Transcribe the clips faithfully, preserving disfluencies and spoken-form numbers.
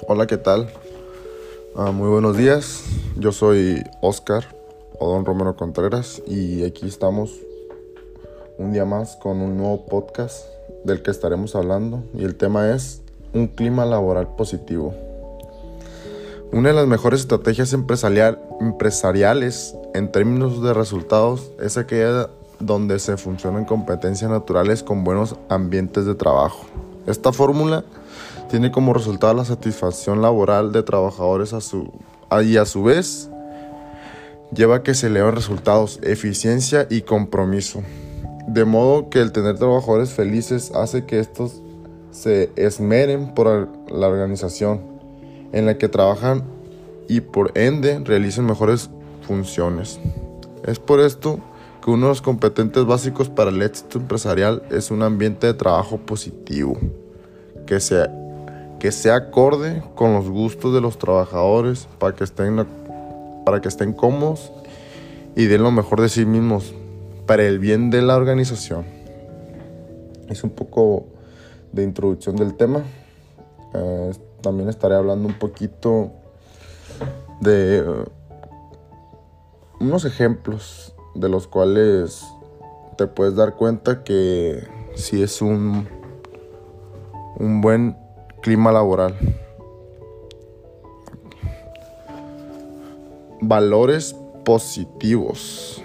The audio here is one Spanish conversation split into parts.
Hola, ¿qué tal? Ah, muy buenos días. Yo soy Oscar o Don Romero Contreras y aquí estamos un día más con un nuevo podcast del que estaremos hablando, y el tema es un clima laboral positivo. Una de las mejores estrategias empresarial, empresariales en términos de resultados es aquella donde se funcionan competencias naturales con buenos ambientes de trabajo. Esta fórmula tiene como resultado la satisfacción laboral de trabajadores a su, y a su vez lleva a que se eleven resultados, eficiencia y compromiso. De modo que el tener trabajadores felices hace que estos se esmeren por la organización en la que trabajan y por ende realicen mejores funciones. Es por esto que uno de los componentes básicos para el éxito empresarial es un ambiente de trabajo positivo, que sea, que sea acorde con los gustos de los trabajadores para que estén, para que estén cómodos y den lo mejor de sí mismos para el bien de la organización. Es un poco de introducción del tema. Eh, también estaré hablando un poquito de uh, unos ejemplos de los cuales te puedes dar cuenta que sí es un, un buen clima laboral. Valores positivos.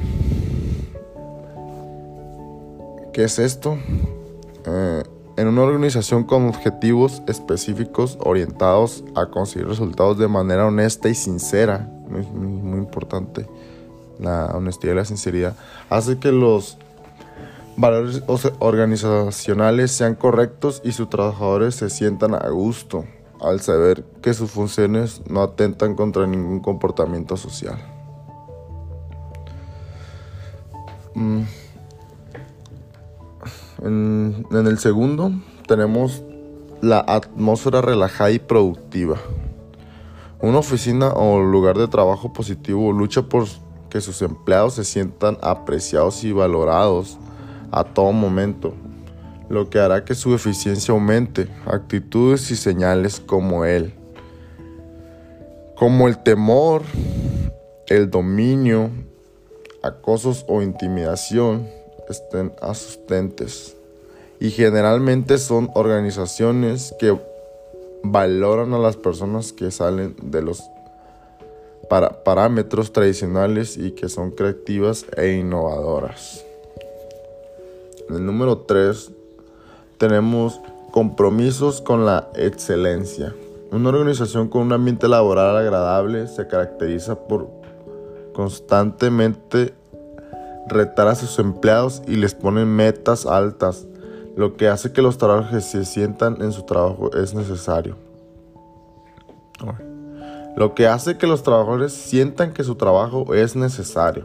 ¿Qué es esto? Eh, en una organización con objetivos específicos orientados a conseguir resultados de manera honesta y sincera, muy, muy, muy importante, la honestidad y la sinceridad, hace que los valores organizacionales sean correctos y sus trabajadores se sientan a gusto al saber que sus funciones no atentan contra ningún comportamiento social. Mm. En, en el segundo tenemos la atmósfera relajada y productiva. Una oficina o lugar de trabajo positivo lucha por que sus empleados se sientan apreciados y valorados a todo momento, lo que hará que su eficiencia aumente. Actitudes y señales como el, como el temor, el dominio, acosos o intimidación estén asustentes, y generalmente son organizaciones que valoran a las personas que salen de los para- parámetros tradicionales y que son creativas e innovadoras. En el número tres tenemos compromisos con la excelencia. Una organización con un ambiente laboral agradable se caracteriza por constantemente retar a sus empleados y les ponen metas altas, lo que hace que los trabajadores se sientan en su trabajo es necesario. Lo que hace que los trabajadores sientan que su trabajo es necesario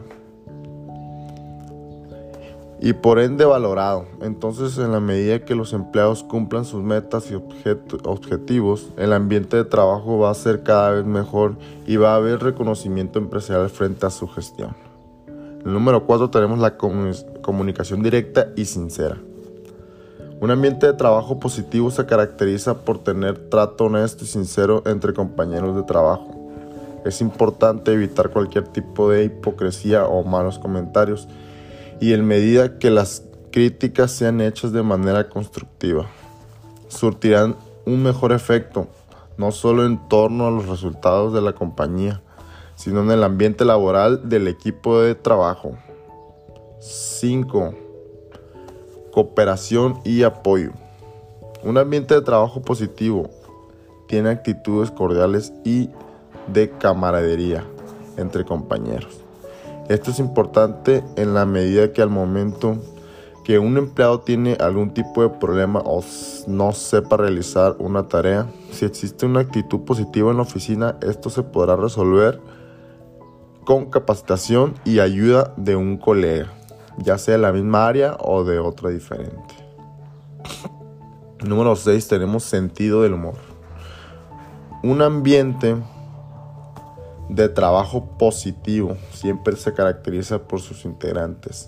y por ende valorado. Entonces, en la medida que los empleados cumplan sus metas y objet- objetivos, el ambiente de trabajo va a ser cada vez mejor y va a haber reconocimiento empresarial frente a su gestión. En el número cuatro tenemos la comunicación directa y sincera. Un ambiente de trabajo positivo se caracteriza por tener trato honesto y sincero entre compañeros de trabajo. Es importante evitar cualquier tipo de hipocresía o malos comentarios, y en medida que las críticas sean hechas de manera constructiva, surtirán un mejor efecto, no solo en torno a los resultados de la compañía, sino en el ambiente laboral del equipo de trabajo. cinco. Cooperación y apoyo. Un ambiente de trabajo positivo tiene actitudes cordiales y de camaradería entre compañeros. Esto es importante en la medida que al momento que un empleado tiene algún tipo de problema o no sepa realizar una tarea, si existe una actitud positiva en la oficina, esto se podrá resolver con capacitación y ayuda de un colega, ya sea de la misma área o de otra diferente. Número seis, tenemos sentido del humor. Un ambiente de trabajo positivo siempre se caracteriza por sus integrantes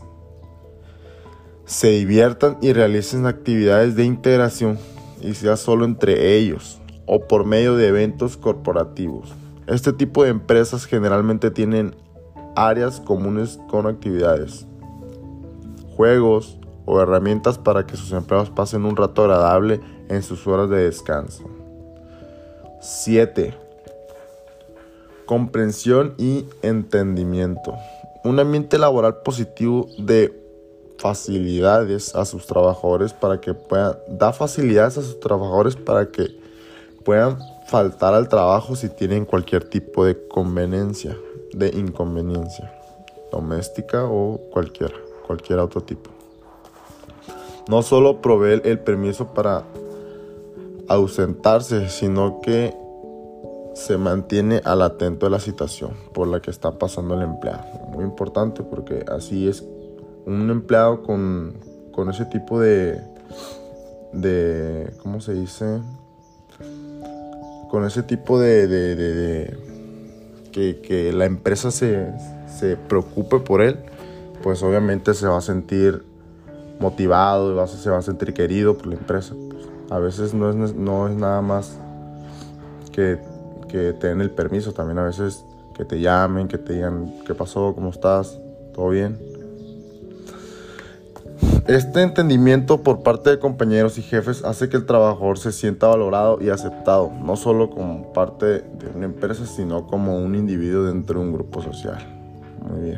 se diviertan y realicen actividades de integración y sea solo entre ellos. o por medio de eventos corporativos. Este tipo de empresas generalmente tienen áreas comunes con actividades, juegos o herramientas para que sus empleados pasen un rato agradable en sus horas de descanso. siete. Comprensión y entendimiento. Un ambiente laboral positivo de facilidades a sus trabajadores para que puedan da facilidades a sus trabajadores para que puedan faltar al trabajo si tienen cualquier tipo de conveniencia, de inconveniencia doméstica o cualquiera, cualquier otro tipo. No solo provee el permiso para ausentarse, sino que se mantiene al atento de la situación por la que está pasando el empleado. Muy importante, porque así es un empleado con, con ese tipo de, de, ¿cómo se dice? Con ese tipo de, de, de, de que, que la empresa se, se preocupe por él, pues obviamente se va a sentir motivado y va a, se va a sentir querido por la empresa. Pues, a veces no es, no es nada más que, que te den el permiso, también a veces que te llamen, que te digan qué pasó, cómo estás, todo bien. Este entendimiento por parte de compañeros y jefes hace que el trabajador se sienta valorado y aceptado, no solo como parte de una empresa, sino como un individuo dentro de un grupo social. Muy bien.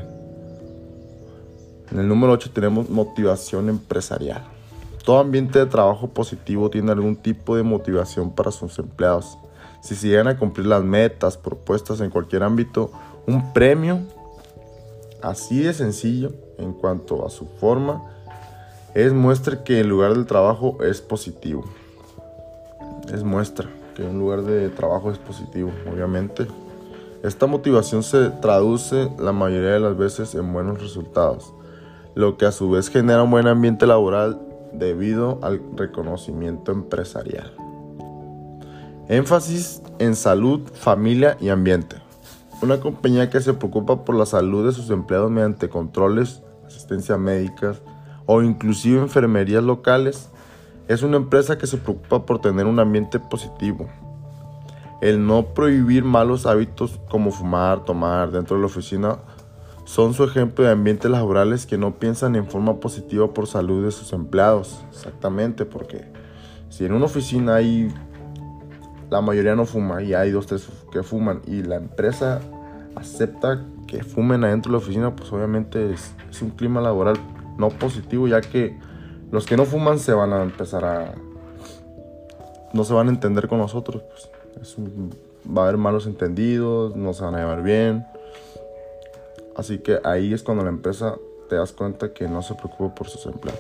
En el número ocho tenemos motivación empresarial. Todo ambiente de trabajo positivo tiene algún tipo de motivación para sus empleados. Si se llegan a cumplir las metas propuestas en cualquier ámbito, un premio así de sencillo en cuanto a su forma es muestra que el lugar del trabajo es positivo. Es muestra que un lugar de trabajo es positivo, obviamente. Esta motivación se traduce la mayoría de las veces en buenos resultados, lo que a su vez genera un buen ambiente laboral debido al reconocimiento empresarial. Énfasis en salud, familia y ambiente. Una compañía que se preocupa por la salud de sus empleados mediante controles, asistencia médica o inclusive enfermerías locales, es una empresa que se preocupa por tener un ambiente positivo. El no prohibir malos hábitos como fumar, tomar dentro de la oficina son su ejemplo de ambientes laborales que no piensan en forma positiva por salud de sus empleados. Exactamente, porque si en una oficina hay, la mayoría no fuma y hay dos, tres que fuman y la empresa acepta que fumen adentro de la oficina, pues obviamente es, es un clima laboral no positivo, ya que los que no fuman se van a empezar a... no se van a entender con nosotros, pues es un, va a haber malos entendidos, no se van a llevar bien. Así que ahí es cuando la empresa te das cuenta que no se preocupa por sus empleados.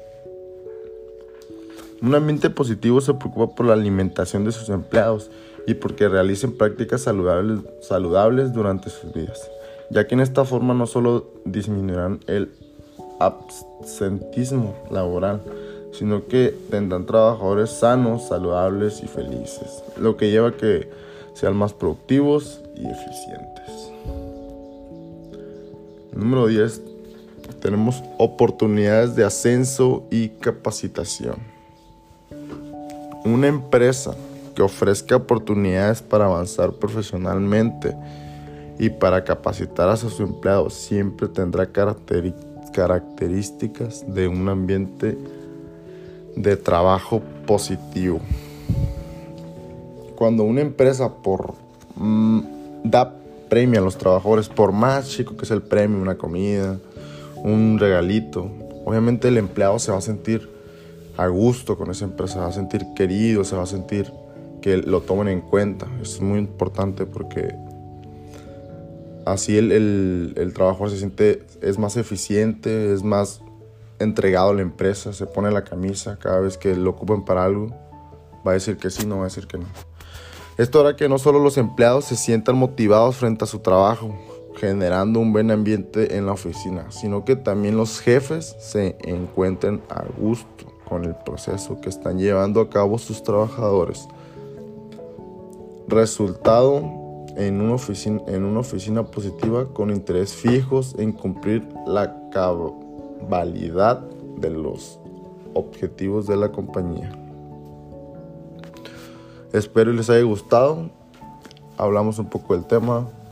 Un ambiente positivo se preocupa por la alimentación de sus empleados y porque realicen prácticas saludables, saludables durante sus vidas, ya que en esta forma no solo disminuirán el absentismo laboral, sino que tendrán trabajadores sanos, saludables y felices, lo que lleva a que sean más productivos y eficientes. Número diez, tenemos oportunidades de ascenso y capacitación. Una empresa que ofrezca oportunidades para avanzar profesionalmente y para capacitar a sus empleados siempre tendrá características características de un ambiente de trabajo positivo. Cuando una empresa por mmm, da premio a los trabajadores, por más chico que sea el premio, una comida, un regalito, obviamente el empleado se va a sentir a gusto con esa empresa, se va a sentir querido, se va a sentir que lo tomen en cuenta. Eso es muy importante porque así el, el, el trabajador se siente, es más eficiente, es más entregado a la empresa, se pone la camisa cada vez que lo ocupen para algo, va a decir que sí, no va a decir que no. Esto hará que no solo los empleados se sientan motivados frente a su trabajo, generando un buen ambiente en la oficina, sino que también los jefes se encuentren a gusto con el proceso que están llevando a cabo sus trabajadores. Resultado en una oficina, en una oficina positiva con interés fijos en cumplir la cabalidad de los objetivos de la compañía. Espero y les haya gustado. Hablamos un poco del tema.